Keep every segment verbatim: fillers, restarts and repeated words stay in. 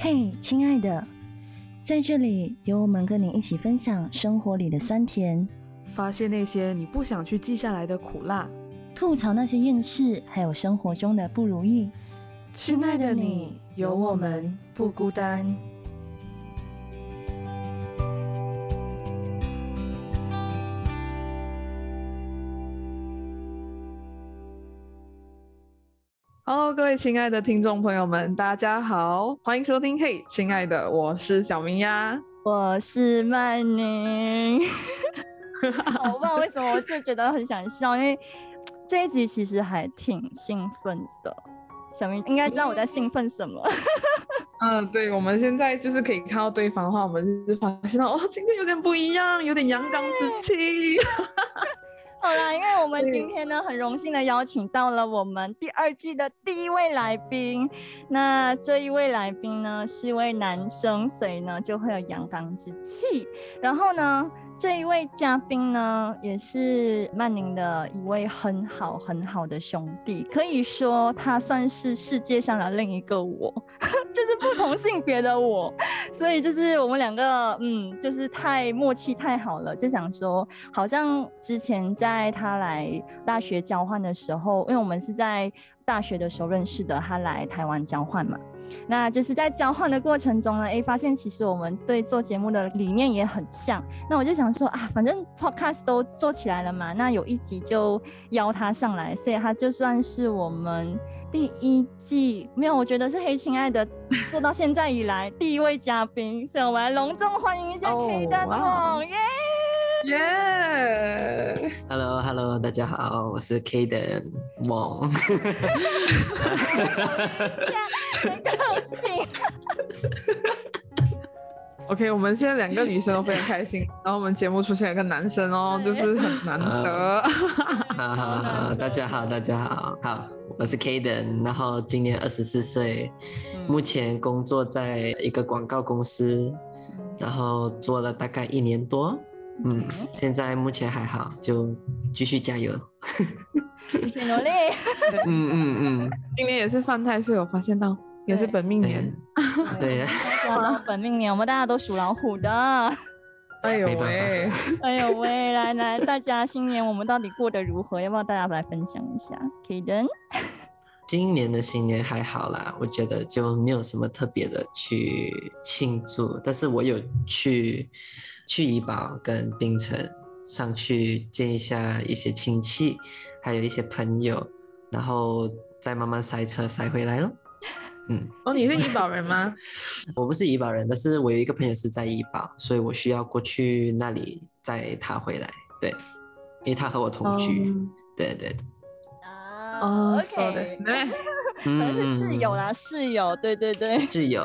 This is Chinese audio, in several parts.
嘿，亲爱的，在这里有我们跟你一起分享生活里的酸甜， 发现那些你不想去记下来的苦辣， 吐槽那些厌世，还有生活中的不如意。 亲爱的你，有我们不孤单。Hello， 各位亲爱的听众朋友们，大家好，欢迎收听。嘿，亲爱的，我是小明呀， 我是曼宁。我不知道为什么，我就觉得很想笑，因为这一集其实还挺兴奋的。小明应该知道我在兴奋什么。 嗯，对，我们现在就是可以看到对方的话，我们就是发现到哦，今天有点不一样，有点阳刚之气。 好啦，因为我们今天呢很荣幸的邀请到了我们第二季的第一位来宾，那这一位来宾呢是一位男生，所以呢就会有阳刚之气。然后呢这一位嘉宾呢也是曼宁的一位很好很好的兄弟，可以说他算是世界上的另一个我，就是不同性别的我，所以就是我们两个嗯就是太默契太好了，就想说好像之前在他来大学交换的时候，因为我们是在大学的时候认识的，他来台湾交换嘛，那就是在交换的过程中呢，哎，发现其实我们对做节目的理念也很像。那我就想说啊，反正 podcast 都做起来了嘛，那有一集就邀他上来，所以他就算是我们第一季没有，我觉得是黑亲爱的做到现在以来第一位嘉宾，所以我们来隆重欢迎一下 K 蛋梦，耶！ 耶 ！Hello Hello， 大家好，我是 Kaden 梦。 很高兴。 OK， 我们现在两个女生都非常开心，然后我们节目出现了一个男生哦，就是很难得。 好好好，大家好，大家好，好，我是 Kaden， 然后今年二十四岁，目前工作在一个广告公司，然后做了大概一年多。嗯，现在目前还好，就继续加油， 继续努力。 嗯嗯嗯， 今年也是犯太岁，我发现到也是本命年。 对呀， 本命年，我们大家都属老虎的。 哎呦喂， 哎呦喂，来来，大家新年我们到底过得如何？要不要大家来分享一下 ？Kaden， 今年的新年还好啦，我觉得就没有什么特别的去庆祝，但是我有去去怡保跟槟城上去见一下一些亲戚，还有一些朋友，然后再慢慢塞车塞回来咯。嗯， 哦，你是怡保人吗？ 我不是怡保人，但是我有一个朋友是在怡保，所以我需要过去那里载他回来。对，因为他和我同居。Um, 对对对。 哦 ，OK， ですね。 可能是室友啦，室友，对对对， 室友，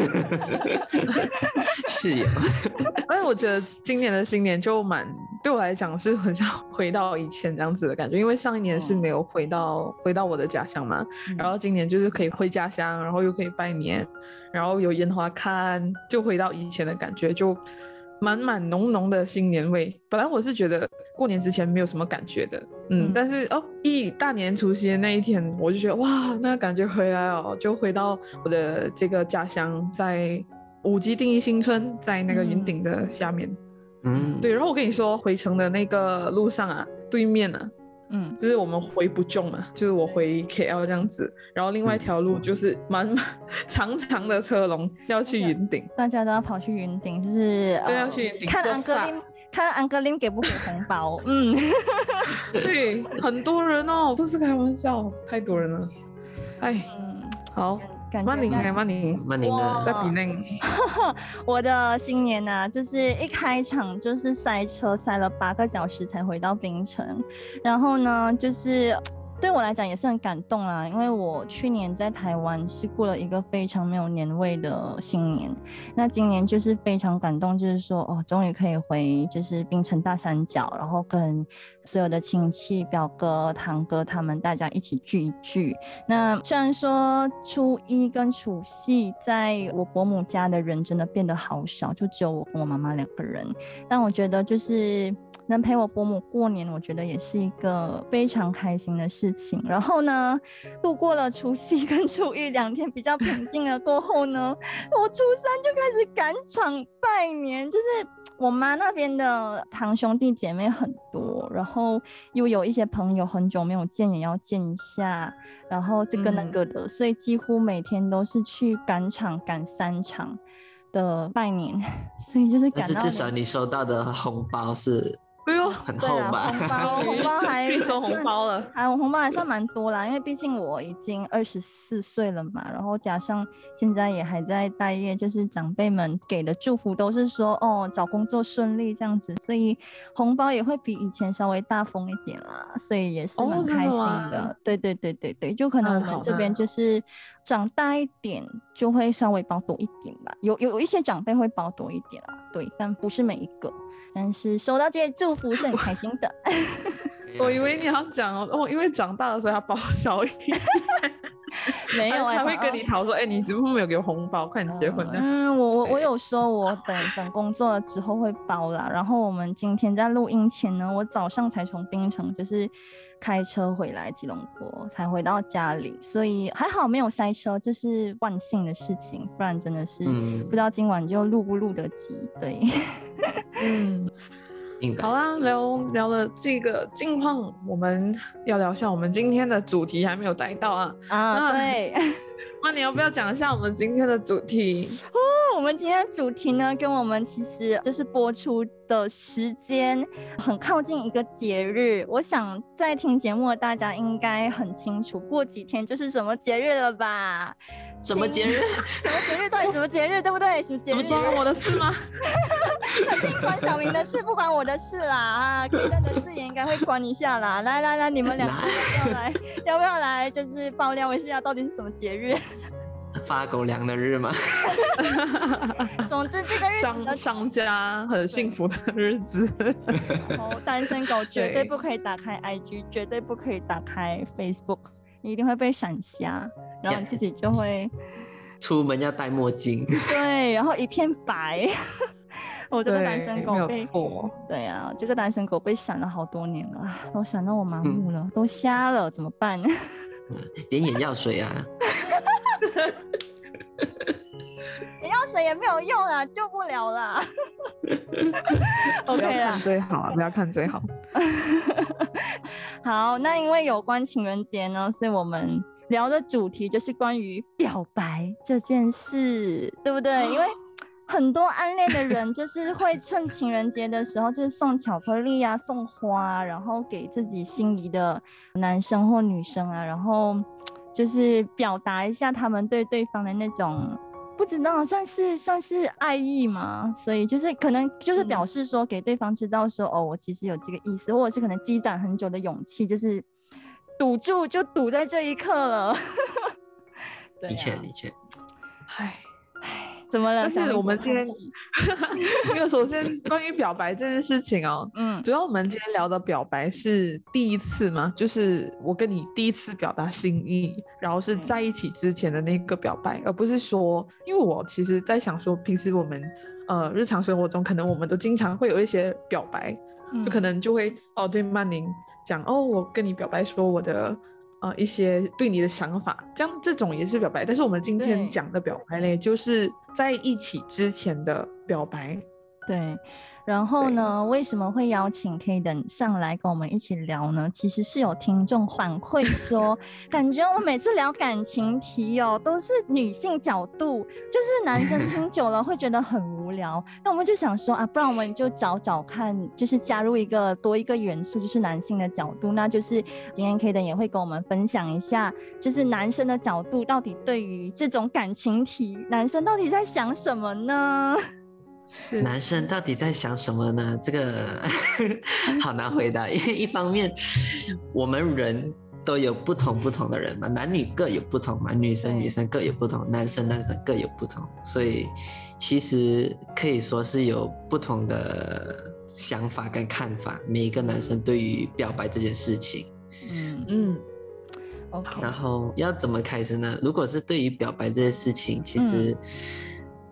室友。 但是我觉得今年的新年就蛮对我来讲是很像回到以前这样子的感觉，因为上一年是没有回到、嗯、回到我的家乡嘛、嗯，然后今年就是可以回家乡，然后又可以拜年，然后有烟花看，就回到以前的感觉，就满满浓浓的新年味。本来我是觉得过年之前没有什么感觉的，嗯，嗯但是哦，一大年除夕的那一天，我就觉得哇，那感觉回来哦，就回到我的这个家乡，在五级定义新村，在那个云顶的下面，嗯，对。然后我跟你说，回程的那个路上啊，对面啊，嗯，就是我们回不中嘛，就是我回 K L 这样子，然后另外一条路就是满满长长的车龙要去云顶， 大家都要跑去云顶，就是对，要去云顶看安格林，看安格林给不给红包，嗯， 对，很多人哦，不是开玩笑，太多人了，哎，嗯、好。曼宁呢？曼宁， 曼宁的在比内。 我的新年呢、啊，就是一开场就是塞车，塞了八个小时才回到槟城，然后呢，就是对我来讲也是很感动啦，因为我去年在台湾是过了一个非常没有年味的新年，那今年就是非常感动，就是说哦，终于可以回就是槟城大三角，然后跟所有的亲戚、表哥、堂哥他们大家一起聚一聚。那虽然说初一跟除夕在我伯母家的人真的变得好少，就只有我跟我妈妈两个人，但我觉得就是能陪我伯母过年，我觉得也是一个非常开心的事情。然后呢，度过了除夕跟初一两天比较平静了过后呢，我初三就开始赶场拜年，就是我妈那边的堂兄弟姐妹很多，然后又有一些朋友很久没有见也要见一下，然后这个那个的、嗯、所以几乎每天都是去赶场赶三场的拜年，所以就是赶到。 但是至少你收到的红包是很厚吧？ 红包红包还收红包了， 还红包还算蛮多啦，因为毕竟我已经二十四岁了嘛，然后加上现在也还在待业，就是长辈们给的祝福都是说哦找工作顺利这样子，所以红包也会比以前稍微大封一点啦，所以也是蛮开心的。哦、对对对对对，就可能我们这边就是长大一点就会稍微包多一点吧，有有一些长辈会包多一点啦，对，但不是每一个。但是收到这些祝福是很开心的。 我以为你要讲哦，因为长大的时候要包少一点。 没有啊， 他会跟你讨说，哎、欸，你怎么没有给我红包？快点结婚的。 嗯，我我有说，我等等工作了之后会包啦。然后我们今天在录音前呢，我早上才从槟城就是开车回来吉隆坡，才回到家里，所以还好没有塞车，这是万幸的事情，不然真的是不知道今晚就录不录得及。对， 嗯。好啦，聊聊了这个近况，我们要聊一下我们今天的主题还没有带到啊。 啊，对。 那你要不要讲一下我们今天的主题？ 哦，我们今天的主题呢，跟我们其实就是播出的时间很靠近一个节日。我想在听节目的大家应该很清楚，过几天就是什么节日了吧？ 什么节日？ 什么节日？到底什么节日？对不对？什么节日？ 不关我的事吗？ 肯定关小明的事，不关我的事啦。啊 ，Kayden 的事也应该会关一下啦。来来来，你们两个要不要来？要不要来？就是爆料一下到底是什么节日？ 发狗粮的日吗？ 总之这个日子商商家很幸福的日子。 哦，单身狗绝对不可以打开 I G， 绝对不可以打开 Facebook， 你一定会被闪瞎，然后你自己就会出门要戴墨镜。 对，然后一片白。我这个单身狗被， 没有错， 对啊，这个单身狗被闪了好多年了，都闪到我麻木了，嗯、都瞎了，怎么办？ 嗯、点眼药水啊。 眼药水也没有用啊，救不了啦。OK 啦， 最好啊，不要看最好。 好，那因为有关情人节呢，所以我们聊的主题就是关于表白这件事，对不对？因为很多暗恋的人就是会趁情人节的时候，就是送巧克力啊，送花啊，然后给自己心仪的男生或女生啊，然后就是表达一下他们对对方的那种，不知道算是算是爱意嘛，所以就是可能就是表示说给对方知道说、嗯、哦，我其实有这个意思，或者是可能积攒很久的勇气，就是赌注就赌在这一刻了。 的确的确， 唉。 怎么了？ 但是我们今天，因为首先关于表白这件事情哦，嗯，主要我们今天聊的表白是第一次嘛，就是我跟你第一次表达心意，然后是在一起之前的那个表白，嗯、而不是说，因为我其实在想说，平时我们呃日常生活中，可能我们都经常会有一些表白，嗯、就可能就会哦对曼宁讲哦，我跟你表白说我的。呃，一些对你的想法，这样这种也是表白，但是我们今天讲的表白嘞，就是在一起之前的表白。 对，然后呢，为什么会邀请 Kayden 上来跟我们一起聊呢？其实是有听众反馈说，感觉我每次聊感情题哦，都是女性角度，就是男生听久了会觉得很无聊。那我们就想说啊，不然我们就找找看，就是加入一个多一个元素，就是男性的角度。那就是今天 Kayden 也会跟我们分享一下，就是男生的角度到底对于这种感情题，男生到底在想什么呢？ 是男生到底在想什么呢？这个好难回答，因为一方面我们人都有不同不同的人嘛，男女各有不同嘛，女生女生各有不同，男生男生各有不同，所以其实可以说是有不同的想法跟看法，每一个男生对于表白这件事情。 嗯嗯 OK， 然后要怎么开始呢？如果是对于表白这件事情，其实、嗯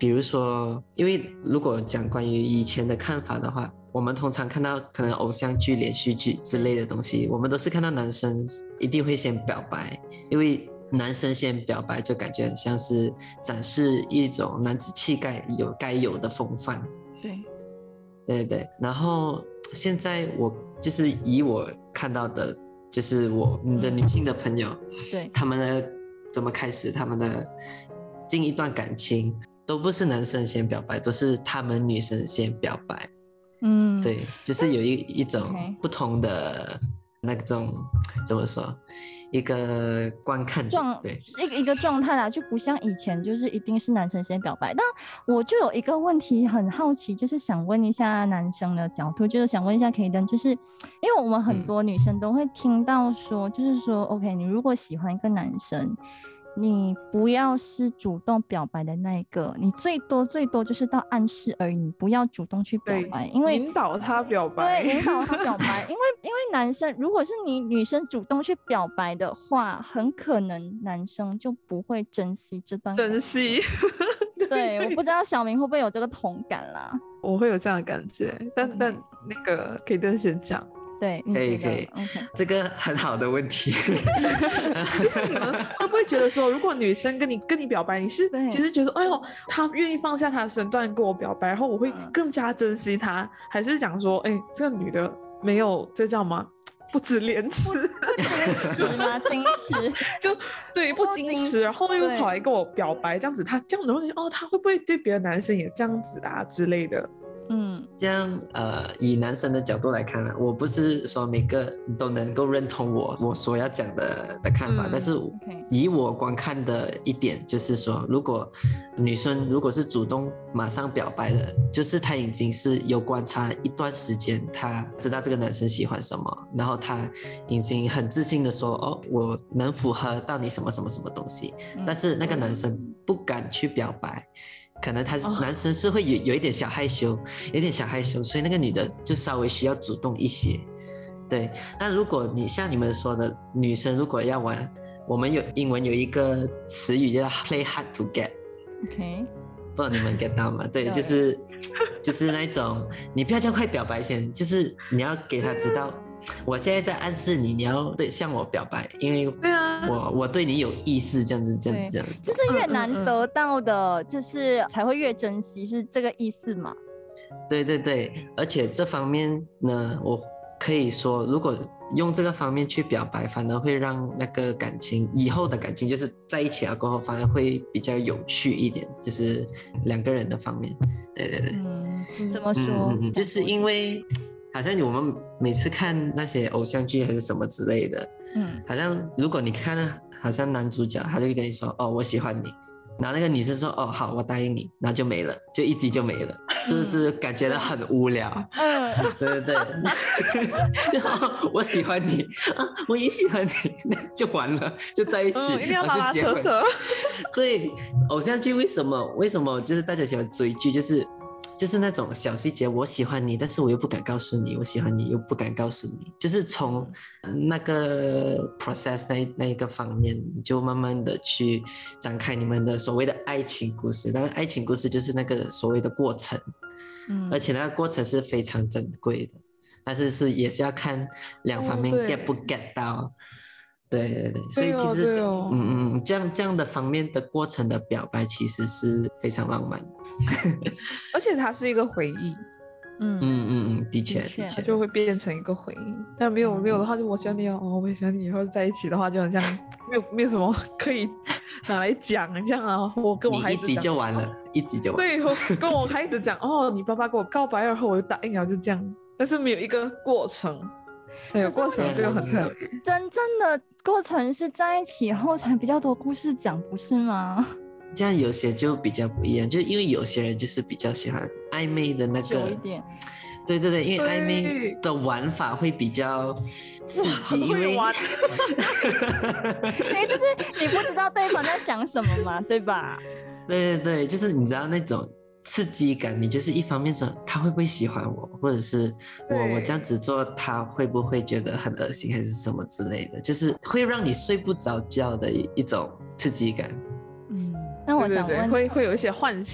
比如说，因为如果讲关于以前的看法的话，我们通常看到可能偶像剧、连续剧之类的东西，我们都是看到男生一定会先表白，因为男生先表白就感觉很像是展示一种男子气概有该有的风范。 对， 对对。然后现在我就是以我看到的，就是我你的女性的朋友， 对， 他们的怎么开始他们的进一段感情，都不是男生先表白，都是他们女生先表白。 嗯， 对，就是有一一种 OK 不同的那种怎么说，一个观看状对一个一个状态啦，就不像以前就是一定是男生先表白。但我就有一个问题很好奇，就是想问一下男生的角度，就是想问一下 Kayden， 就是因为我们很多女生都会听到说，嗯、就是说 OK， 你如果喜欢一个男生，你不要是主动表白的那一个，你最多最多就是到暗示而已，你不要主动去表白，因为引导他表白， 对，引导他表白，因为因为男生如果是你女生主动去表白的话，很可能男生就不会珍惜这段感情珍惜。 对，我不知道小明会不会有这个同感啦。 我会有这样的感觉，但、okay. 但那个可以跟先讲。 对， 可以可以 ，OK， 这个很好的问题。 你们会不会觉得说，如果女生跟你跟你表白，你是其实觉得，哎呦，她愿意放下她的身段跟我表白，然后我会更加珍惜她，还是讲说，哎，这个女的没有这叫吗？不知廉耻， 不矜持吗？矜持， 就对，不矜持，然后又跑来跟我表白，这样子，她这样子会哦，她会不会对别的男生也这样子啊之类的？ 嗯， 这样呃，以男生的角度来看呢，我不是说每个都能够认同我我所要讲的的看法，嗯、但是以我观看的一点就是说，如果女生如果是主动马上表白的，就是她已经是有观察一段时间，她知道这个男生喜欢什么，然后她已经很自信的说，哦，我能符合到你什么什么什么东西，嗯、但是那个男生不敢去表白。可能他是、oh. 男生是会有有一点小害羞，有一点小害羞，所以那个女的就稍微需要主动一些。对，那如果你像你们说的，女生如果要玩，我们有英文有一个词语叫 play hard to get。OK， 不知道你们 get 到吗？对，就是就是那种你不要这样快表白先，就是你要给他知道。我现在在暗示你，你要对向我表白，因为对啊， 我我对你有意思，这样子，这样子，这样子， 就是越难得到的，就是才会越珍惜，是这个意思吗？ 对对对，而且这方面呢，我可以说，如果用这个方面去表白，反而会让那个感情以后的感情，就是在一起了过后，反而会比较有趣一点，就是两个人的方面。对对对， 嗯，怎么说？ 嗯嗯，就是因为。好像我们每次看那些偶像剧还是什么之类的，嗯，好像如果你看，好像男主角他就跟你说，哦，我喜欢你，然后那个女生说，哦，好，我答应你，然后就没了，就一集就没了，是不是感觉到很无聊？嗯，对对对，哦，我喜欢你啊，我也喜欢你，那就完了，就在一起， 嗯、一定要拉拉扯扯。 对，偶像剧为什么为什么就是大家喜欢追剧，就是。就是那种小细节，我喜欢你，但是我又不敢告诉你，我喜欢你又不敢告诉你，就是从那个 process 那那一个方面，你就慢慢的去展开你们的所谓的爱情故事。但是爱情故事就是那个所谓的过程，嗯，而且那个过程是非常珍贵的，但是是也是要看两方面 get 不 get 到。对对对，所以其实， 哦哦、 嗯嗯，这样这样的方面的过程的表白，其实是非常浪漫的， 而且它是一个回忆， 嗯嗯嗯嗯，的确的确， 就会变成一个回忆。但没有没有的话，就我喜欢你哦，我也喜欢你，以后在一起的话，就很像没有没有什么可以拿来讲这样啊。我跟我孩子讲， 你一集就完了，一集就完了。 对，我跟我孩子讲，哦，你爸爸给我告白，然后我就答应了，就这样。但是没有一个过程。有过程这个很特别， 真正的过程是在一起后才比较多故事讲，不是吗？ 这样有些就比较不一样，就因为有些人就是比较喜欢暧昧的那个， 久一点。 对对对，因为暧昧的玩法会比较刺激，因为玩， 因为就是你不知道对方在想什么嘛，对吧？ 对对对，就是你知道那种。刺激感，你就是一方面说他会不会喜欢我，或者是我我这样子做他会不会觉得很恶心还是什么之类的，就是会让你睡不着觉的一种刺激感。 嗯，那我想问， 对对对会会有一些幻想，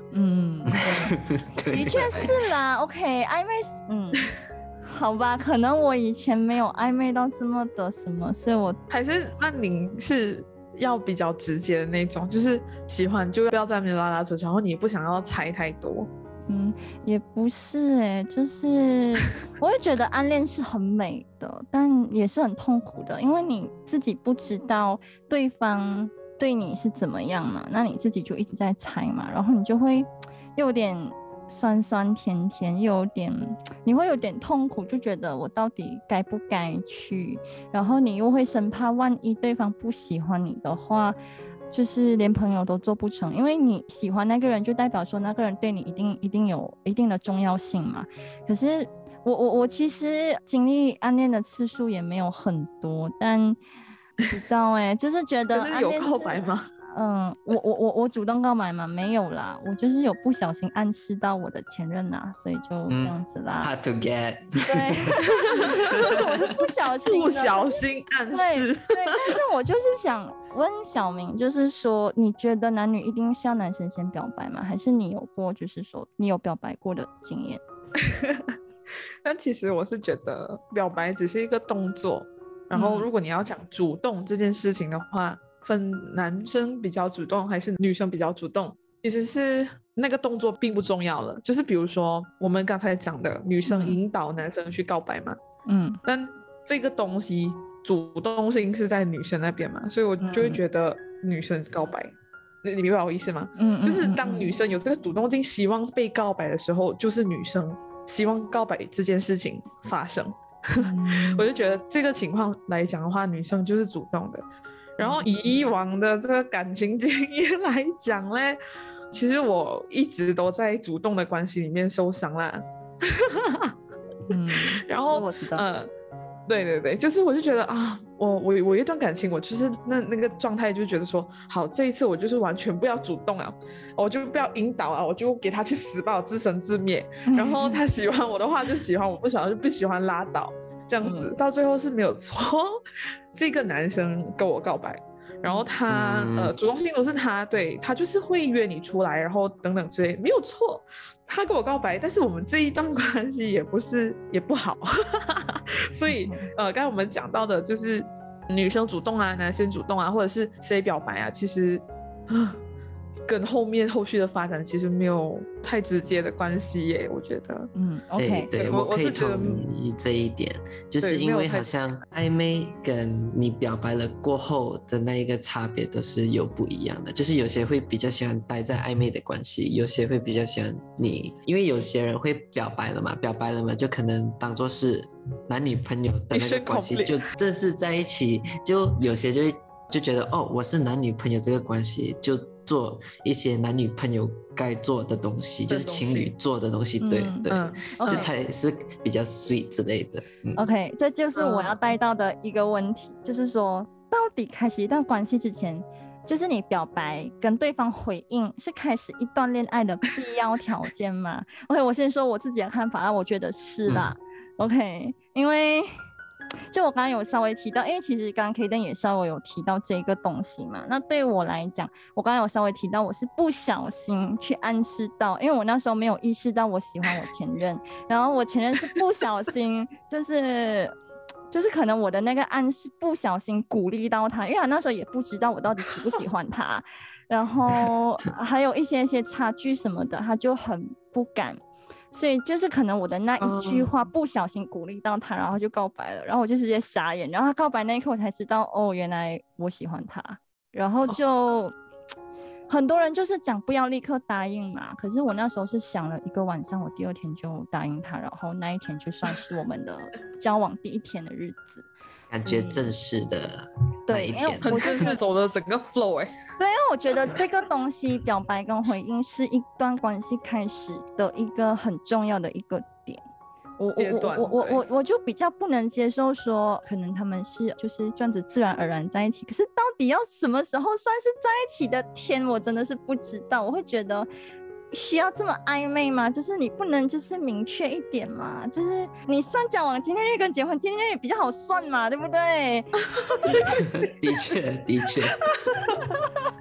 嗯，的确是啦。OK， 暧昧，嗯，好吧，可能我以前没有暧昧到这么的什么，所以我还是那您是要比较直接的那种，就是喜欢就不要在那边拉拉扯扯，然后你也不想要猜太多。 嗯，也不是哎、欸，就是我会觉得暗恋是很美的，但也是很痛苦的，因为你自己不知道对方对你是怎么样嘛，那你自己就一直在猜嘛，然后你就会又有点酸酸甜甜，又有点你会有点痛苦，就觉得我到底该不该去，然后你又会生怕万一对方不喜欢你的话。就是连朋友都做不成，因为你喜欢那个人，就代表说那个人对你一定一定有一定的重要性嘛。可是我我我其实经历暗恋的次数也没有很多，但不知道哎、欸，就是觉得可是有告白吗？ 嗯，我我我我主动告白吗？没有啦，我就是有不小心暗示到我的前任啦，所以就这样子啦。 嗯、hard to get。 对，我是不小心的， 不小心暗示。 对对，但是我就是想问小明，就是说，你觉得男女一定是要男生先表白吗？还是你有过，就是说你有表白过的经验？ 但其实我是觉得表白只是一个动作，然后如果你要讲主动这件事情的话。分男生比较主动还是女生比较主动，其实是那个动作并不重要了。就是比如说我们刚才讲的女生引导男生去告白嘛，嗯，但这个东西主动性是在女生那边嘛，所以我就会觉得女生告白，嗯、你明白我意思吗？嗯，就是当女生有这个主动性希望被告白的时候，就是女生希望告白这件事情发生。嗯、我就觉得这个情况来讲的话，女生就是主动的。然后以往的这个感情经验来讲呢，其实我一直都在主动的关系里面受伤啦。嗯，然后我知道， 呃，对对对，就是我就觉得啊，我我我一段感情，我就是那那个状态，就觉得说，好，这一次我就是完全不要主动啊，我就不要引导啊，我就给他去死吧，我自生自灭。然后他喜欢我的话就喜欢，我不喜欢就不喜欢，拉倒。这样子、嗯、到最后是没有错，这个男生跟我告白，然后他、嗯、呃主动性都是他，对，他就是会约你出来，然后等等之类，没有错，他跟我告白，但是我们这一段关系也不是也不好，所以呃刚才我们讲到的就是女生主动啊，男生主动啊，或者是谁表白啊，其实跟后面后续的发展其实没有太直接的关系耶，我觉得。 嗯 ，OK， 对对，我可以同意这一点，就是因为好像暧昧跟你表白了过后的那一个差别都是有不一样的，就是有些会比较喜欢待在暧昧的关系，有些会比较喜欢你，因为有些人会表白了嘛，表白了嘛，就可能当作是男女朋友的那个关系，就正式在一起，就有些就会就觉得哦，我是男女朋友这个关系就。做一些男女朋友该做的东西，就是情侣做的东西，对、嗯、对，嗯、就才是比较 sweet 之类的。嗯、 OK， 这就是我要带到的一个问题，嗯、就是说，到底开始一段关系之前，就是你表白跟对方回应是开始一段恋爱的必要条件吗？OK， 我先说我自己的看法啦，我觉得是啦。嗯、OK， 因为。就我刚刚有稍微提到，因为其实刚刚 Kaden 也稍微有提到这个东西嘛。那对我来讲，我刚刚有稍微提到，我是不小心去暗示到，因为我那时候没有意识到我喜欢我前任，然后我前任是不小心，就是就是可能我的那个暗示不小心鼓励到他，因为他那时候也不知道我到底喜不喜欢他，然后还有一些一些差距什么的，他就很不敢。所以就是可能我的那一句话不小心鼓励到他，然后就告白了，然后我就直接傻眼，然后他告白那一刻我才知道，哦，原来我喜欢他，然后就很多人就是讲不要立刻答应嘛，可是我那时候是想了一个晚上，我第二天就答应他，然后那一天就算是我们的交往第一天的日子， 感觉正式的那一天， 很正式走的整个 flow 哎、欸。 对，因为我觉得这个东西表白跟回应是一段关系开始的一个很重要的一个点。我我我我我我就比较不能接受说，可能他们是就是这样子自然而然在一起，可是到底要什么时候算是在一起的天，我真的是不知道。我会觉得。需要这么暧昧吗？就是你不能就是明确一点嘛，就是你算交往纪念日跟结婚纪念日比较好算嘛，对不对？ 的确的确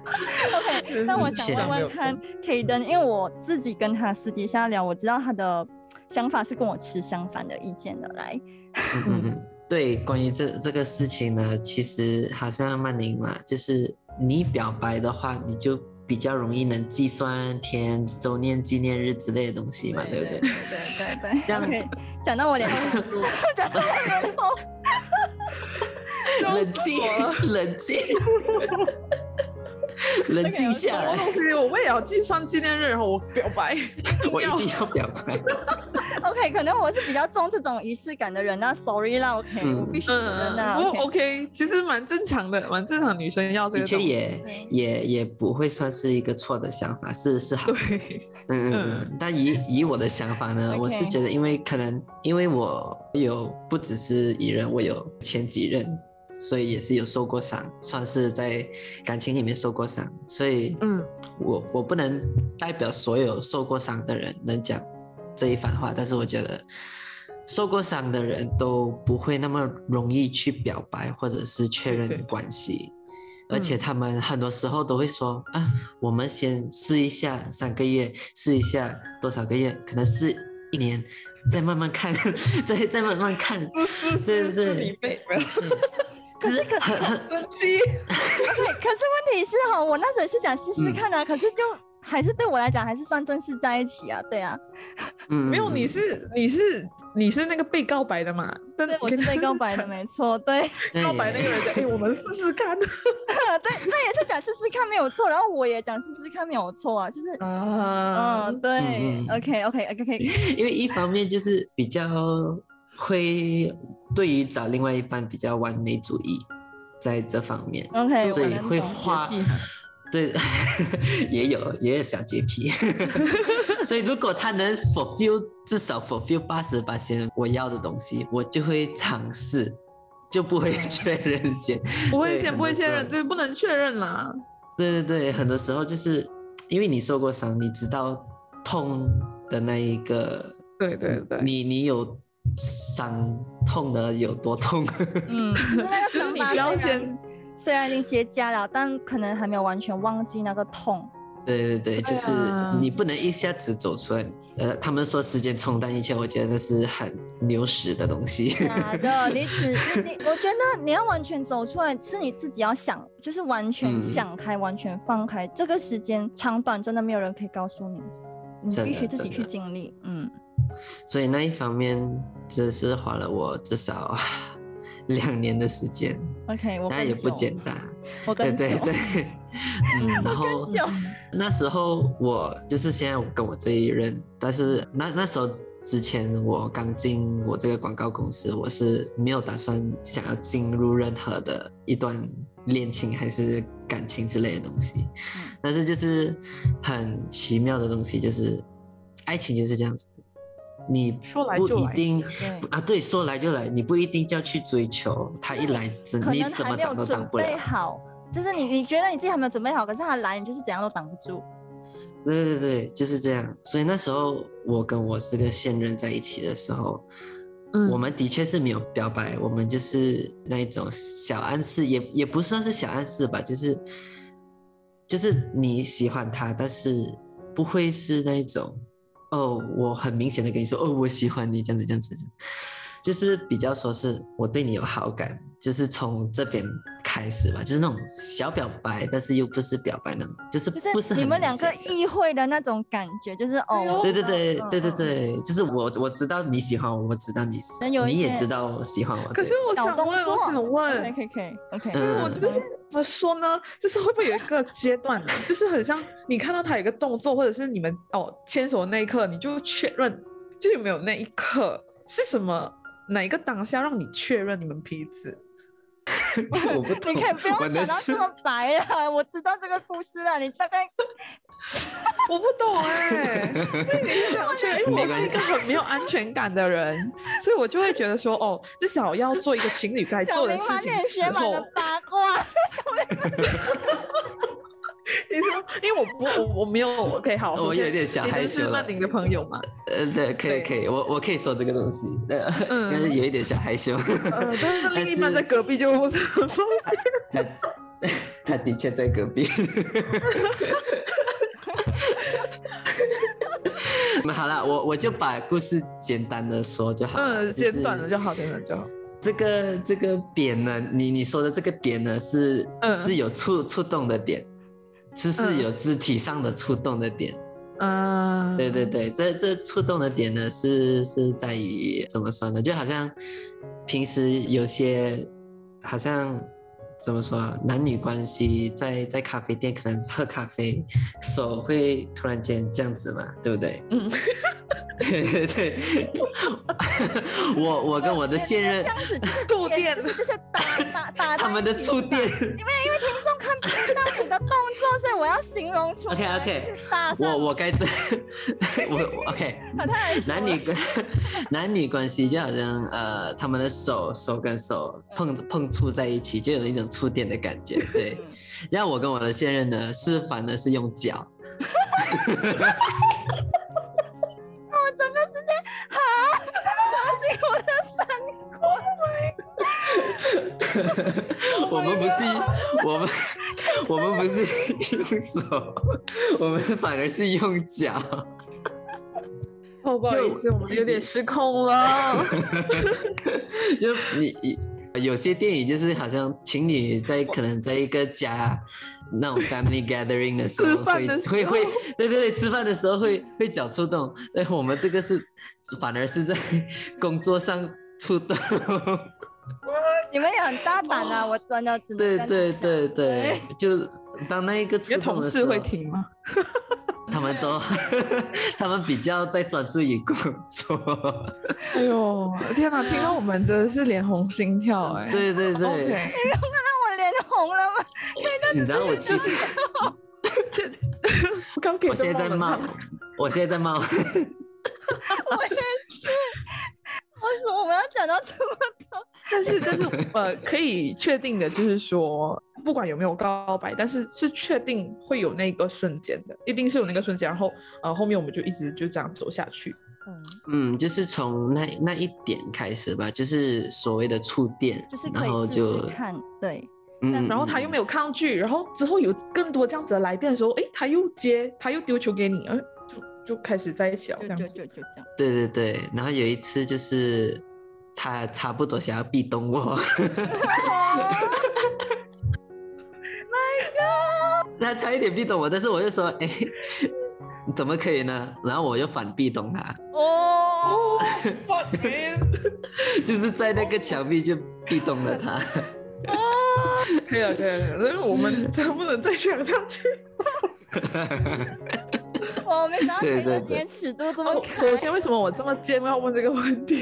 OK， 那我想问问看 Kayden， 因为我自己跟他私底下聊，我知道他的想法是跟我持相反的意见的。来， 嗯嗯嗯，对，关于这这个事情呢，其实好像曼宁嘛，就是你表白的话，你就比较容易能计算天、周年纪念日之类的东西嘛，对不对？ 对对对对， 这样 OK， 讲到我脸红，讲到我脸红。 冷静，冷静，冷静下来。 我为了计算纪念日，然后我表白， 我一定要表白。 OK， 可能我是比较重这种仪式感的人，那 sorry 啦 ，OK，、嗯、我必须承认啦。 不、 嗯 OK，, OK 其实蛮正常的，蛮正常，女生要这个。 的确也也也不会算是一个错的想法，是是好的。 对， 嗯嗯嗯。但以以我的想法呢， okay. 我是觉得，因为可能因为我有不只是一任，我有前几任。所以也是有受过伤，算是在感情里面受过伤，所以嗯，我我不能代表所有受过伤的人能讲这一番话，但是我觉得受过伤的人都不会那么容易去表白或者是确认关系，而且他们很多时候都会说、嗯、啊，我们先试一下三个月，试一下多少个月，可能是一年，再慢慢看，再再慢慢看，对对对。 可是可很很生气，可是问题是哈，我那时候也是讲试试看啊、嗯，可是就还是对我来讲还是算正式在一起啊，对啊， 嗯，没有，你是你是你是那个被告白的嘛？ 对，我是被告白的，没错，对， 告白那个人讲，哎、欸，我们试试看，对， 他也是讲试试看没有错，然后我也讲试试看没有错啊，就是啊，嗯，对嗯 ，OK OK OK， 因为一方面就是比较。会对于找另外一半比较完美主义，在这方面 ，OK， 所以会花，对，也有也有小洁癖，所以如果他能 fulfill 至少 fulfill 八十八%我要的东西，我就会尝试，就不会确认先， 不会先不会确认，对，不能确认啦。 对对对，很多时候就是因为你受过伤，你知道痛的那一个， 对对对， 你你有。伤痛的有多痛？ 嗯，就是那个伤疤虽然虽然已经结痂了，但可能还没有完全忘记那个痛。 对对对，就是你不能一下子走出来。呃，他们说时间冲淡一切，我觉得那是很牛屎的东西。 假的，你只你，我觉得你要完全走出来，是你自己要想，就是完全想开，嗯、完全放开。这个时间长短真的没有人可以告诉你，你必须自己去经历。嗯。 所以那一方面真是花了我至少两年的时间 ，OK， 我那也不简单， 我跟对对对，嗯，然后那时候我就是现在我跟我这一任，但是那那时候之前我刚进我这个广告公司，我是没有打算想要进入任何的一段恋情还是感情之类的东西，嗯、但是就是很奇妙的东西，就是爱情就是这样子。你不一定对啊，对，说来就来，你不一定就要去追求，他一来，你怎么挡都挡不了。 准备好，就是你你觉得你自己还没有准备好，可是他来，你就是怎样都挡不住。 对对对，就是这样。所以那时候我跟我这个现任在一起的时候，嗯，我们的确是没有表白，我们就是那一种小暗示，也也不算是小暗示吧，就是就是你喜欢他，但是不会是那一种。哦，我很明显的跟你说，哦，我喜欢你，这样子，这样子，就是比较说是我对你有好感，就是从这边开始吧，就是那种小表白，但是又不是表白那种，就是不是很你们两个意会的那种感觉，就是哦， 对对对对对对，就是我我知道你喜欢我，我知道你你也知道我喜欢我。 可是我想问，我想问 ，OK OK OK， 嗯，我就是怎么说呢？就是会不会有一个阶段呢？就是很像你看到他有一个动作，或者是你们哦牵手的那一刻，你就确认，就有没有那一刻是什么？哪一个当下让你确认你们彼此？ 我不懂， 你可以不用讲到这么白了，我知道这个故事了，你大概我不懂哎、欸，因为我是一个很没有安全感的人，所以我就会觉得说，哦，至少要做一个情侣该做的事情的时候。 小明满脸写满了八卦， 你说，因为我不我我没有我可以好， 我有点小害羞了。 是曼宁的朋友嘛？ 呃，对，可以可以，我我可以说这个东西，嗯，但是有一点小害羞。 呃，但是另一半在隔壁就不是很方便。 他他的确在隔壁。好了，我我就把故事简单的说就好了。 嗯，简短的就好，简短就好。 这个这个点呢，你你说的这个点呢，是、嗯、是有触触动的点，是是有肢体上的触动的点。嗯，对对对，这这触动的点呢，是是在于怎么说呢？就好像平时有些好像怎么说，男女关系在在咖啡店可能喝咖啡，手会突然间这样子嘛，对不对？嗯。对对对，我我跟我的现任这样子触电，就是就是打打打他们的触电，因为因为听众看不到你的动作，所以我要形容出来。 OK OK， 我我该这我 OK， 男女跟男女关系就好像呃他们的手手跟手碰碰触在一起，就有一种触电的感觉。对，然后我跟我的现任呢是反而是用脚。 我整个时间啊，相信我的闪光。 我们不是我们我们不是用手，我们反而是用脚。 哦，不好意思，我们有点失控了。 就你有些电影就是好像情侣在可能在一个家。那种 family gathering 的时候会会会，对对对，吃饭的时候会会脚触动。对，我们这个是反而是在工作上触动。 你们也很大胆啊！我真的只能对对对对，就当那一个触动的时候， 同事会听吗？ 他们都，他们比较在专注于工作。 哎呦，天哪！听到我们真的是脸红心跳哎。 对对对。 Okay. 你有看到我脸红了吗？ 你知道我其实， 我刚给我现在在冒，我现在在冒。 我也是。为什么我们要讲到这么多？ 但是但是呃，可以确定的就是说，不管有没有告白，但是是确定会有那个瞬间的，一定是有那个瞬间，然后呃后面我们就一直就这样走下去。 嗯，就是从那那一点开始吧，就是所谓的触电， 就是可以试试看，对。 嗯，然后他又没有抗拒，然后之后有更多这样子的来电的时候，哎，他又接，他又丢球给你，呃，就就开始在一起了，这样子。 就就就这样。 对对对，然后有一次就是他差不多想要壁咚我。 My God！ 他差一点壁咚我，但是我就说，哎，怎么可以呢？然后我又反壁咚他。 哦， 就是在那个墙壁就壁咚了他。 可以了，可以了，但是我们能不能再想上去？ 我没想到你的今天尺度这么开。 首先，为什么我这么尖要问这个问题？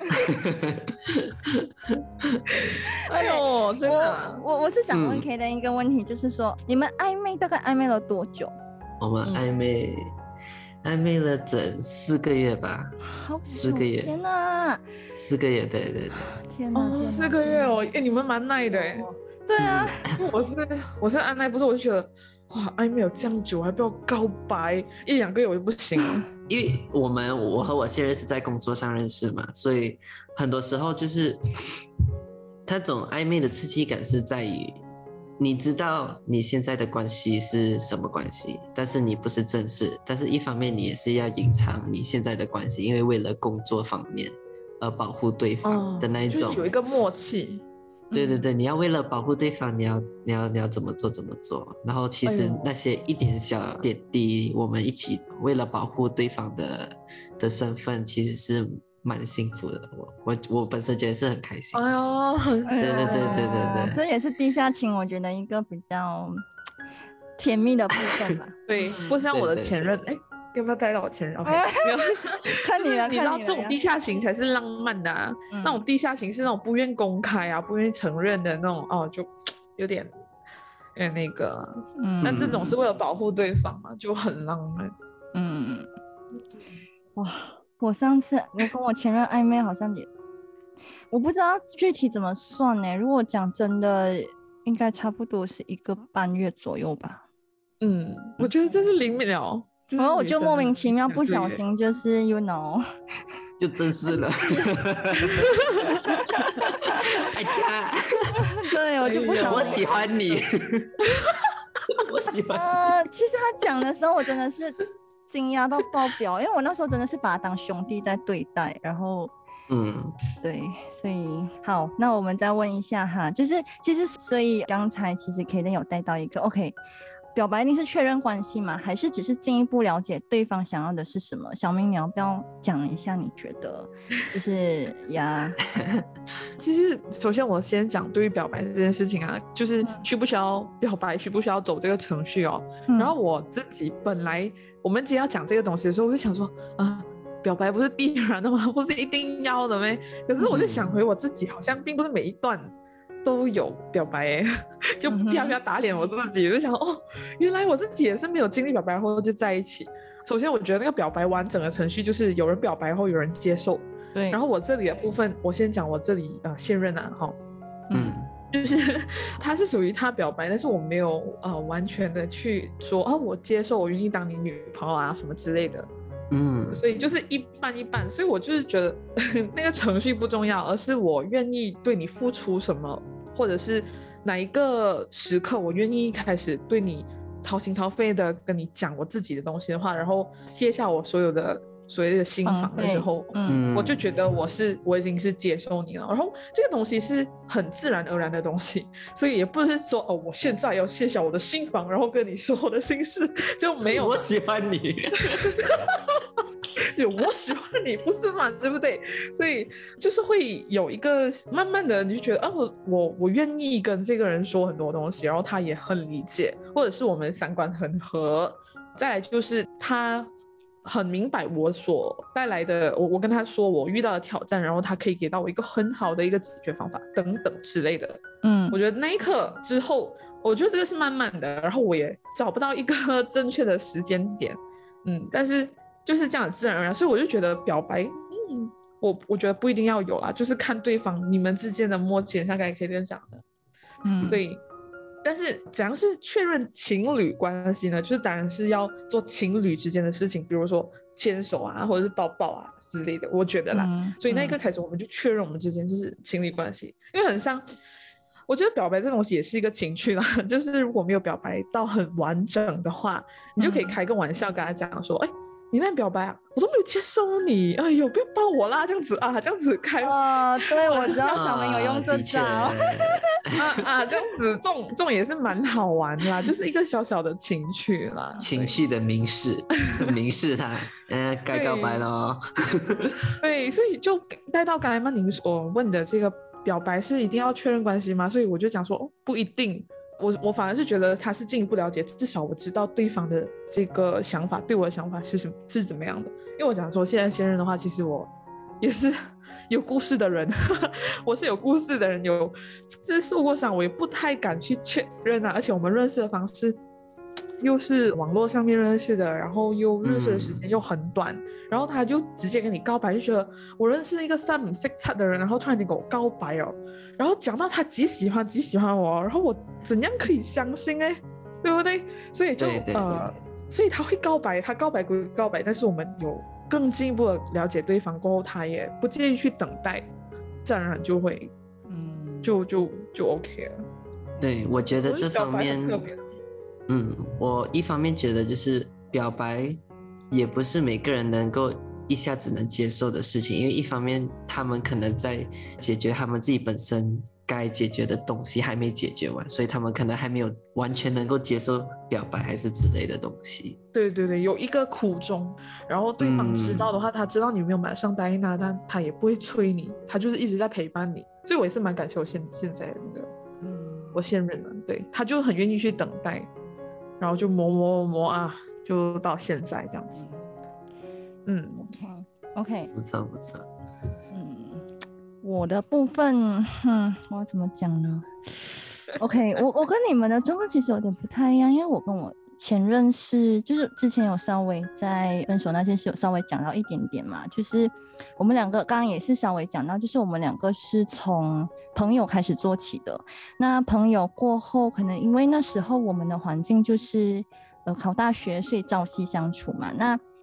哎呦，真的、啊！ 我我我是想问 K 的一个问题，嗯、就是说你们暧昧大概暧昧了多久？ 我们暧昧、嗯、暧昧了整四个月吧。 好， 四个月！ 天哪！ 四个月，对对对。 天哪！ 哦，四个月哦，哎，你们蛮耐的哎。 对啊， 嗯、我是我是按耐，不是我就觉得哇，暧昧有这样久，还不要告白，一两个月我就不行了。 因为我们我和我现任是在工作上认识嘛，所以很多时候就是那种暧昧的刺激感是在于，你知道你现在的关系是什么关系，但是你不是正式，但是一方面你也是要隐藏你现在的关系，因为为了工作方面而保护对方的那一种， 就是有一个默契。 对对对，你要为了保护对方，你要你要你要怎么做怎么做。然后其实那些一点小点滴，我们一起为了保护对方的的身份，其实是蛮幸福的。我我我本身觉得是很开心。 哎呦，很对对对对对对， 这也是地下情，我觉得一个比较甜蜜的部分吧。 对，不像我的前任，哎。要不要带到我前任 ？OK， 没有， 看你了。 你知道这种地下情才是浪漫的啊，嗯、那种地下情是那种不愿公开啊、不愿意承认的那种哦，就有点，有点那个。嗯。但这种是为了保护对方嘛，就很浪漫。 嗯。哇，我上次我跟我前任暧昧好像也，我不知道具体怎么算呢。如果讲真的，应该差不多是一个半月左右吧。 嗯，我觉得这是零秒。 然后我就莫名其妙不小心就是 you know 就正式了。 哎呀， 对我就不想我喜欢你，我喜欢。 呃，其实他讲的时候，我真的是惊讶到爆表，因为我那时候真的是把他当兄弟在对待，然后。 嗯， 对，所以好，那我们再问一下哈，就是其实所以刚才其实 Kaden 有带到一个 OK， 表白一定是确认关系吗？还是只是进一步了解对方想要的是什么？小明，你要不要讲一下？你觉得就是呀？ 其实首先我先讲对于表白这件事情啊，就是需不需要表白，需不需要走这个程序哦。嗯、然后我自己本来我们今天要讲这个东西的时候，我就想说啊。表白不是必然的吗？不是一定要的咩？可是我就想回我自己，好像并不是每一段都有表白哎，就啪啪打脸我自己，我就想哦，原来我自己也是没有经历表白后就在一起。首先，我觉得那个表白完整的程序就是有人表白后有人接受， 对。 然后我这里的部分，我先讲我这里呃现任啊，哈，嗯，就是他是属于他表白，但是我没有呃完全的去说哦，我接受，我愿意当你女朋友啊什么之类的。嗯，所以就是一半一半，所以我就是觉得那个程序不重要，而是我愿意对你付出什么，或者是哪一个时刻我愿意开始对你掏心掏肺的跟你讲我自己的东西的话，然后卸下我所有的所谓的心防的时候，嗯，我就觉得我是我已经是接受你了，然后这个东西是很自然而然的东西，所以也不是说哦，我现在要卸下我的心防，然后跟你说我的心事，就没有。 我喜欢你。 对，我喜欢你，不是嘛？对不对？所以就是会有一个慢慢的，你就觉得，哦，我我我愿意跟这个人说很多东西，然后他也很理解，或者是我们三观很合。再来就是他很明白我所带来的，我我跟他说我遇到的挑战，然后他可以给到我一个很好的一个解决方法等等之类的。嗯，我觉得那一刻之后，我觉得这个是慢慢的，然后我也找不到一个正确的时间点。嗯，但是。就是这样自然而然，所以我就觉得表白，嗯，我我觉得不一定要有啦，就是看对方你们之间的默契，像刚才 Kaden 讲的，嗯，所以，但是怎样是确认情侣关系呢？就是当然是要做情侣之间的事情，比如说牵手啊，或者是抱抱啊之类的，我觉得啦，嗯、所以那一刻开始我们就确认我们之间就是情侣关系，因为很像。我觉得表白这东西也是一个情趣啦，就是如果没有表白到很完整的话，你就可以开个玩笑跟他讲说，哎、嗯。你那表白啊，我都没有接受你，哎呦，不要抱我啦，这样子啊，这样子开哦，对，我知道小明有用这招，啊啊，这样子，这种这种也是蛮好玩啦，就是一个小小的情趣啦， 情绪的明示，明示他，呃，该告白了哦。 对，所以就带到刚才曼宁所问的这个表白是一定要确认关系吗？所以我就讲说，哦，不一定。我我反而是觉得他是进一步了解，至少我知道对方的这个想法，对我的想法是什么是怎么样的。因为我讲说现在现任的话，其实我也是有故事的人，我是有故事的人，有就是受过伤，我也不太敢去确认啊。而且我们认识的方式又是网络上面认识的，然后又认识的时间又很短，嗯、然后他就直接跟你告白，就觉得我认识一个三唔识七的人，然后突然间跟我告白哦。然后讲到他极喜欢极喜欢我，然后我怎样可以相信哎，对不对？所以就对对对呃，所以他会告白，他告白归告白，但是我们有更进一步的了解对方过后，他也不介意去等待，自然而然就会，嗯，就就就 OK 了。 对，我觉得这方面，嗯，我一方面觉得就是表白也不是每个人能够一下子能接受的事情，因为一方面他们可能在解决他们自己本身该解决的东西还没解决完，所以他们可能还没有完全能够接受表白还是之类的东西。 对对对，有一个苦衷，然后对方知道的话，嗯、他知道你没有马上答应他，但他也不会催你，他就是一直在陪伴你，所以我也是蛮感谢我现现在的那个，嗯，我现任了，对，他就很愿意去等待，然后就磨磨磨啊，就到现在这样子。嗯 ，OK OK， 不错不错。 嗯，我的部分，嗯，我要怎么讲呢 ？OK， 我我跟你们的状况其实有点不太一样，因为我跟我前任是，就是之前有稍微在分手那件事有稍微讲到一点点嘛，就是我们两个刚刚也是稍微讲到，就是我们两个是从朋友开始做起的。那朋友过后，可能因为那时候我们的环境就是呃考大学，所以朝夕相处嘛，那。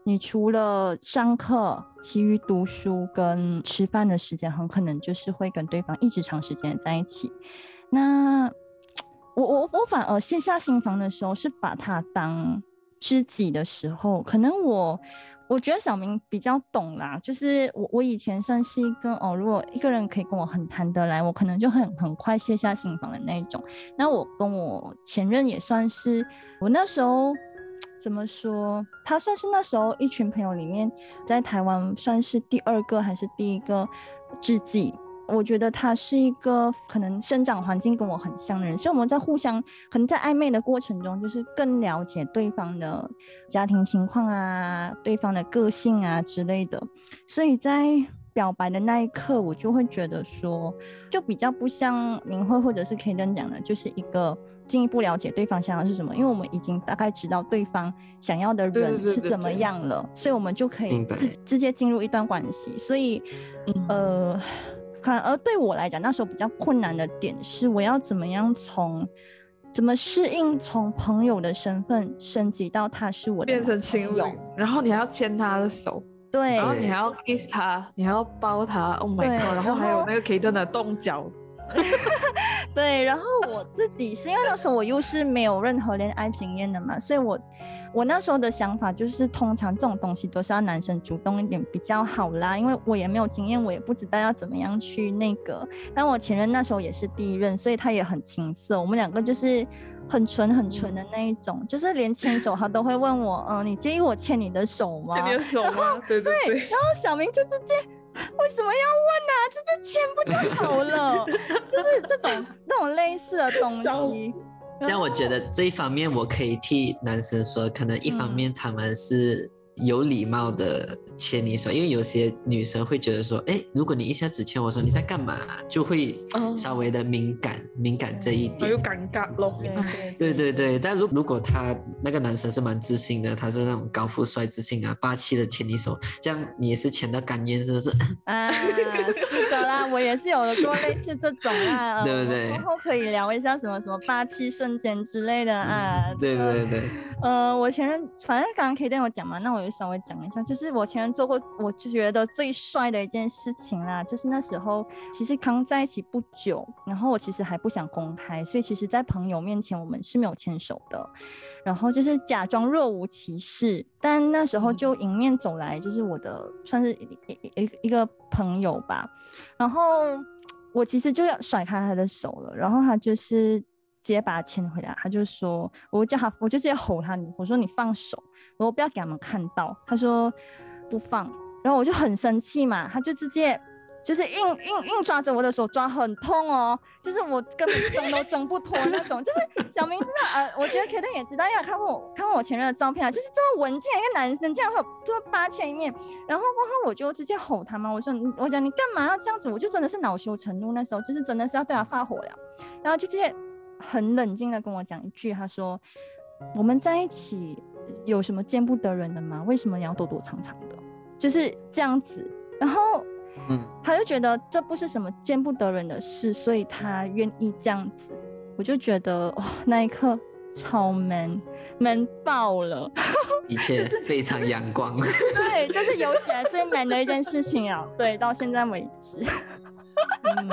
你除了上课，其余读书跟吃饭的时间，很可能就是会跟对方一直长时间在一起。那我我我反而卸下心防的时候，是把他当知己的时候，可能我。我觉得小明比较懂啦，就是我我以前算是一个哦，如果一个人可以跟我很谈得来，我可能就很很快卸下心防的那一种。那我跟我前任也算是，我那时候怎么说，他算是那时候一群朋友里面，在台湾算是第二个还是第一个知己。我觉得他是一个可能生长环境跟我很像的人，所以我们在互相可能在暧昧的过程中，就是更了解对方的家庭情况啊，对方的个性啊之类的。所以在表白的那一刻，我就会觉得说，就比较不像明慧或者是 Kayden 讲的，就是一个进一步了解对方想要的是什么，因为我们已经大概知道对方想要的人是怎么样了，对对对对，所以我们就可以直接进入一段关系。所以，呃。反而对我来讲，那时候比较困难的点是，我要怎么样从怎么适应从朋友的身份升级到他是我的变成情侣，然后你还要牵他的手， 对， 然后你还要 kiss 他，你还要抱他 ，Oh my god， 然后还有那个 Kayden 的动脚。 对，然后我自己是因为那时候我又是没有任何恋爱经验的嘛，所以我我那时候的想法就是，通常这种东西都是要男生主动一点比较好啦，因为我也没有经验，我也不知道要怎么样去那个。但我前任那时候也是第一任，所以他也很青涩，我们两个就是很纯很纯的那一种，嗯、就是连牵手他都会问我，嗯、呃，你介意我牵你的手吗？ 牵你的手吗？对对对。 然后小明就直接。为什么要问啊？直接签不就好了？就是这种那种类似的东西。 这样我觉得这一方面我可以替男生说，可能一方面他们是有礼貌的牵你手，因为有些女生会觉得说，哎，如果你一下子牵我手，你在干嘛？就会稍微的敏感，嗯、敏感这一点， 有尴尬咯。 对对对，但如如果他那个男生是蛮自信的，他是那种高富帅自信啊，霸气的牵你手，这样你也是牵到甘愿，是不是？ 啊，是的啦，我也是有过类似这种啊， 对不对？ 然后可以聊一下什么什么霸气瞬间之类的啊。 嗯、对对对。 呃，我前任反正刚刚 Kayden 有讲嘛，那我就稍微讲一下，就是我前任做过我就觉得最帅的一件事情啦，就是那时候其实刚在一起不久，然后我其实还不想公开，所以其实在朋友面前我们是没有牵手的，然后就是假装若无其事，但那时候就迎面走来，就是我的算是一一一个朋友吧，然后我其实就要甩开他的手了，然后他就是直接把他牵回来，他就说，我叫他，我就直接吼他，我说你放手，我不要给他们看到。他说不放，然后我就很生气嘛，他就直接就是硬硬硬抓着我的手，抓很痛哦，就是我根本挣都挣不脱那种。就是小明知道，呃，我觉得 Kayden 也知道，因为看过我看过我前任的照片啊，就是这么文静的一个男生，这样会有这么霸气一面。然后过后我就直接吼他嘛，我说我讲你干嘛要这样子？我就真的是恼羞成怒，那时候就是真的是要对他发火了，然后就直接很冷静的跟我讲一句，他说我们在一起有什么见不得人的吗？为什么你要躲躲藏藏的？就是这样子。然后嗯，他就觉得这不是什么见不得人的事，所以他愿意这样子。我就觉得哇、哦，那一刻超 man man 爆了， 一切非常阳光。 对，这是有史以来最 man 的一件事情啊！对，到现在为止。嗯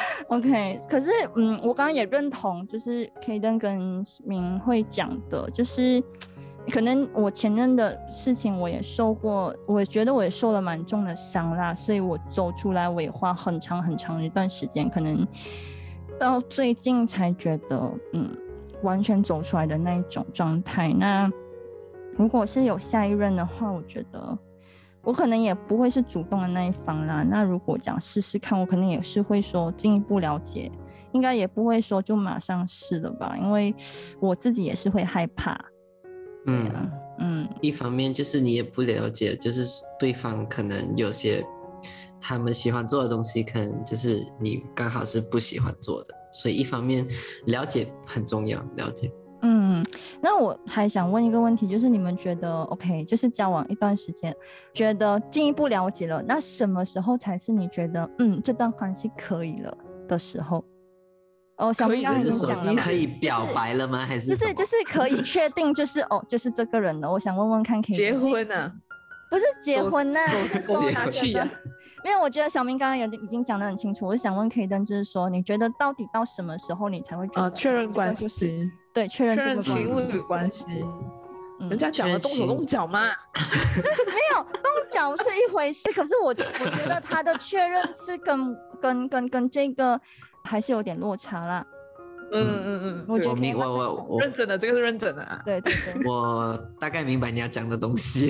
，OK， 可是嗯，我刚刚也认同，就是 Kayden 跟明慧讲的，就是可能我前任的事情我也受过，我觉得我也受了蛮重的伤啦，所以我走出来我也花很长很长一段时间，可能到最近才觉得嗯，完全走出来的那一种状态。那如果是有下一任的话，我觉得我可能也不会是主动的那一方啦。那如果讲试试看，我可能也是会说进一步了解，应该也不会说就马上试了吧，因为我自己也是会害怕。 嗯嗯，一方面就是你也不了解，就是对方可能有些他们喜欢做的东西，可能就是你刚好是不喜欢做的，所以一方面了解很重要，了解。 嗯，那我还想问一个问题，就是你们觉得 OK， 就是交往一段时间，觉得进一步了解了，那什么时候才是你觉得嗯这段关系可以了的时候？哦，小明刚才已经讲了嘛， 可以表白了吗？还是就是就是可以确定就是哦就是这个人了？我想问问看，可以结婚啊？ 不是结婚呐、啊，是走说下去呀、啊。 因为我觉得小明刚刚有已经讲得很清楚，我想问 K 灯，就是说，你觉得到底到什么时候你才会觉得确、呃、认关系？ 就是、对，确认这个情侣关系。嗯、人家讲了动手动脚嘛， 没有动脚是一回事，可是我我觉得他的确认是跟跟跟跟这个还是有点落差啦。 嗯嗯嗯， 我觉得我我我认真的，这个是认真的啊。 对对对， 我大概明白你要讲的东西。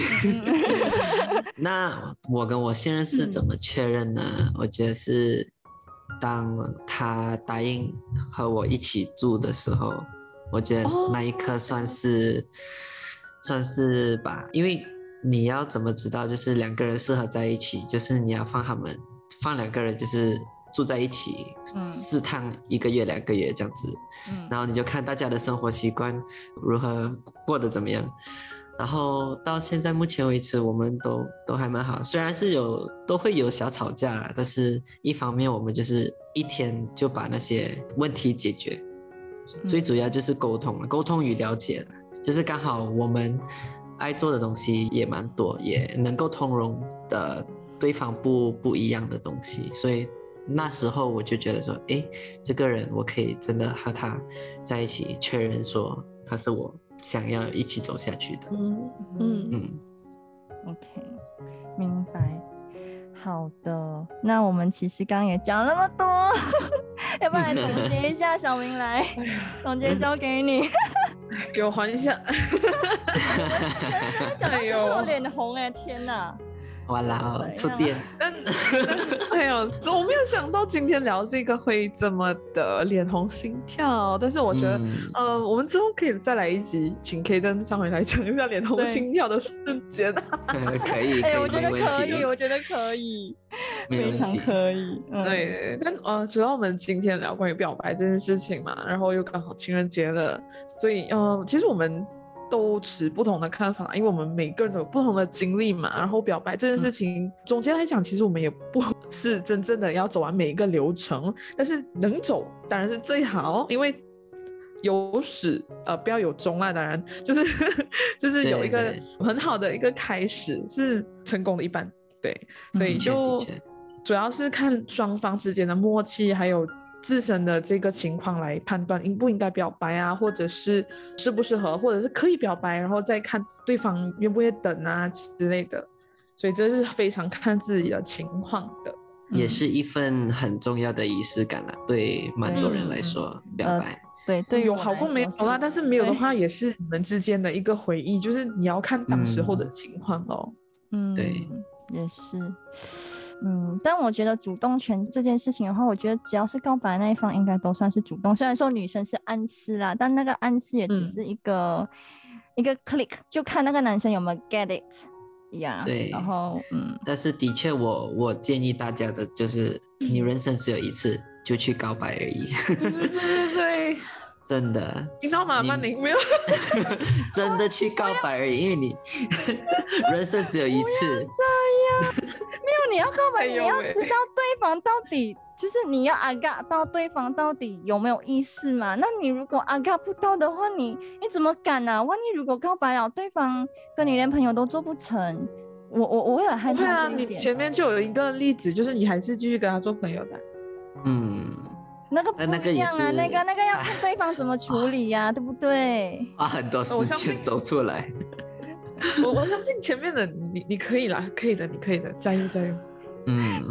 那我跟我现任是怎么确认呢？嗯、我觉得是当他答应和我一起住的时候，我觉得那一刻算是、哦、算是吧，因为你要怎么知道就是两个人适合在一起，就是你要放他们放两个人就是住在一起试探一个月两个月这样子、嗯、然后你就看大家的生活习惯如何过得怎么样，然后到现在目前为止我们都都还蛮好，虽然是有都会有小吵架啦，但是一方面我们就是一天就把那些问题解决、嗯、最主要就是沟通沟通与了解，就是刚好我们爱做的东西也蛮多，也能够通融的对方不不一样的东西，所以那时候我就觉得说，哎，这个人我可以真的和他在一起，确认说他是我想要一起走下去的。 嗯嗯嗯 ，OK， 明白。好的，那我们其实刚刚也讲那么多，要不然总结一下，小明来总结交给你， 给我还一下。 讲到最后脸红哎，天哪！ 哇啦，触电！ 但哎呦，我没有想到今天聊这个会这么的脸红心跳，但是我觉得，嗯、呃，我们之后可以再来一集，请 K 灯上回来讲一下脸红心跳的瞬间。 可以，可以， 哎、欸，我觉得可以，我觉得可以，非常可以。 嗯、对，但呃，主要我们今天聊关于表白这件事情嘛，然后又刚好情人节了，所以呃，其实我们都持不同的看法，因为我们每个人都有不同的经历嘛。然后表白这件事情，嗯、总结来讲，其实我们也不是真正的要走完每一个流程，但是能走当然是最好，因为有始呃不要有终啊，当然就是就是有一个很好的一个开始是成功的一半，对，所以就主要是看双方之间的默契，还有自身的这个情况来判断应不应该表白啊，或者是适不适合，或者是可以表白，然后再看对方愿不愿意等啊之类的，所以这是非常看自己的情况的， 也是一份很重要的仪式感啦，对蛮多人来说、嗯、表白、呃、 对对， 有好过没有啦，但是没有的话也是你们之间的一个回忆，就是你要看当时候的情况咯。 嗯， 对， 也是。嗯，但我觉得主动权这件事情的话，我觉得只要是告白那一方应该都算是主动，虽然说女生是暗示啦，但那个暗示也只是一个、嗯、一个 click， 就看那个男生有没有 get it 呀、yeah, 对， 然后嗯， 但是的确我我建议大家的就是你人生只有一次，就去告白而已。 对对对， 真的， 听到麻烦你没有？ 真的去告白而已，因为你人生只有一次。 不要这样，没有，你要告白，你要知道对方到底，就是你要阿嘎到对方到底有没有意思嘛？那你如果阿嘎不到的话，你你怎么敢啊？万一如果告白了，对方跟你连朋友都做不成，我我我会很害怕。 对啊，你前面就有一个例子，就是你还是继续跟他做朋友的。 嗯。 那个不一样啊，那个那个要看对方怎么处理呀、啊，对不对？ 花很多时间走出来。 我我相信前面的你，你可以啦，可以的，你可以的，加油加油。 嗯。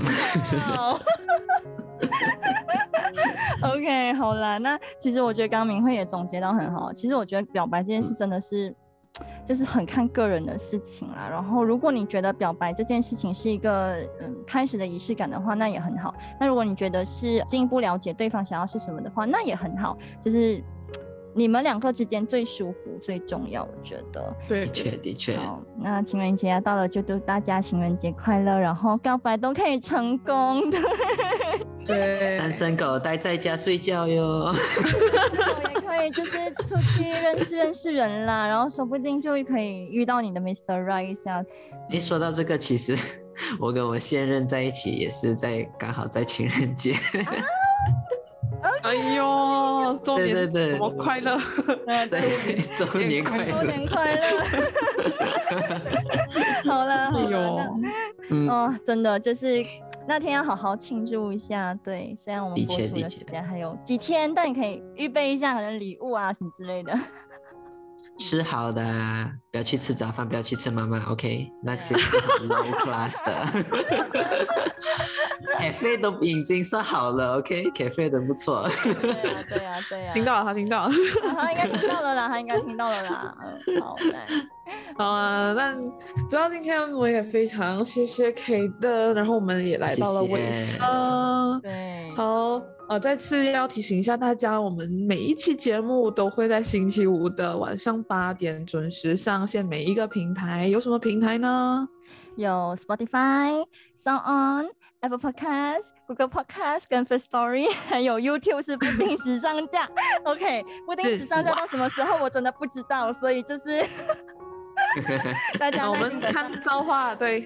OK， 好啦，那其实我觉得刚刚明慧也总结到很好。其实我觉得表白这件事真的是。嗯就是很看个人的事情啦，然后如果你觉得表白这件事情是一个嗯开始的仪式感的话，那也很好。那如果你觉得是进一步了解对方想要是什么的话，那也很好。就是你们两个之间最舒服最重要，我觉得。 对， 的确的确。 好，那情人节到了，就祝大家情人节快乐，然后告白都可以成功。 对， 单身狗待在家睡觉哟。 也可以就是出去认识认识人啦，然后说不定就可以遇到你的 Mister Right 一下。 一说到这个，其实我跟我现任在一起也是在刚好在情人节。 啊哎呦，周年对对对， 我快乐！ 对，周年快乐， 周年快乐。 好了好了， 哎呦嗯， 哦，真的就是那天要好好庆祝一下。对，虽然我们的播出的确的确时间还有几天，但你可以预备一下，可能礼物啊什么之类的。 吃好的啊，不要去吃早饭，不要去吃妈妈 ，OK？ 那些是很 low class 的。cafe 都已经算好了 ，OK？cafe 都不错。 对啊对啊对啊， 听到了，他听到了。 啊他应该听到了啦，他应该听到了啦。嗯，好来。 好啊，那主要今天我也非常谢谢 K 的，然后我们也来到了尾谢谢声。 对， 好，呃，再次要提醒一下大家，我们每一期节目都会在星期五的晚上八点准时上线，每一个平台有什么平台呢？ 有 Spotify、SoundOn、Apple Podcast、Google Podcast 跟 First Story， 还有 YouTube 是不定时上架。OK， 不定时上架到什么时候我真的不知道，所以就是大家我耐心等待。 们看造化，对。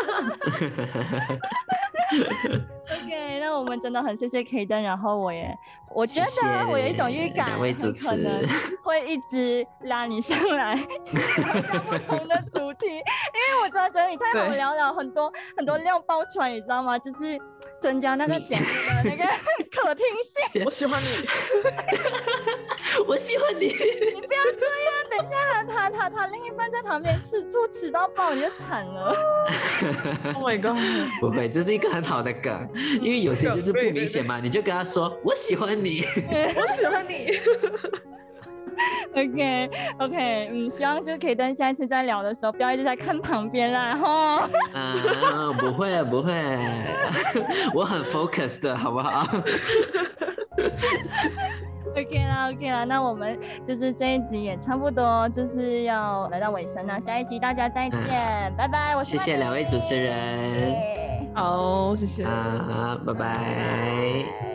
OK， 那我们真的很谢谢 K 灯，然后我也我觉谢谢得我有一种预感， 两位主持很可能会一直拉你上来，聊不同的主题，因为我真的觉得你太好聊了，很多很多料爆出来，你知道吗？就是增加那个节目的那个可听性。 我喜欢你， 我喜欢你。 你不要这样，等一下他他他另一半在旁边吃醋吃到爆，你就惨了。 Oh my god！ 不会，这是一个很好的梗，因为有些就是不明显嘛，你就跟他说我喜欢你， 我喜欢你。 OK OK， 嗯，希望就可以等下一次再聊的时候，不要一直在看旁边啦，哈。 啊，不会不会，我很 focus 的好不好 ？OK 啦 OK 啦，那我们就是这一集也差不多就是要来到尾声了，下一集大家再见，嗯、拜拜，我是谢谢两位主持人， 好，谢谢， 啊，拜拜。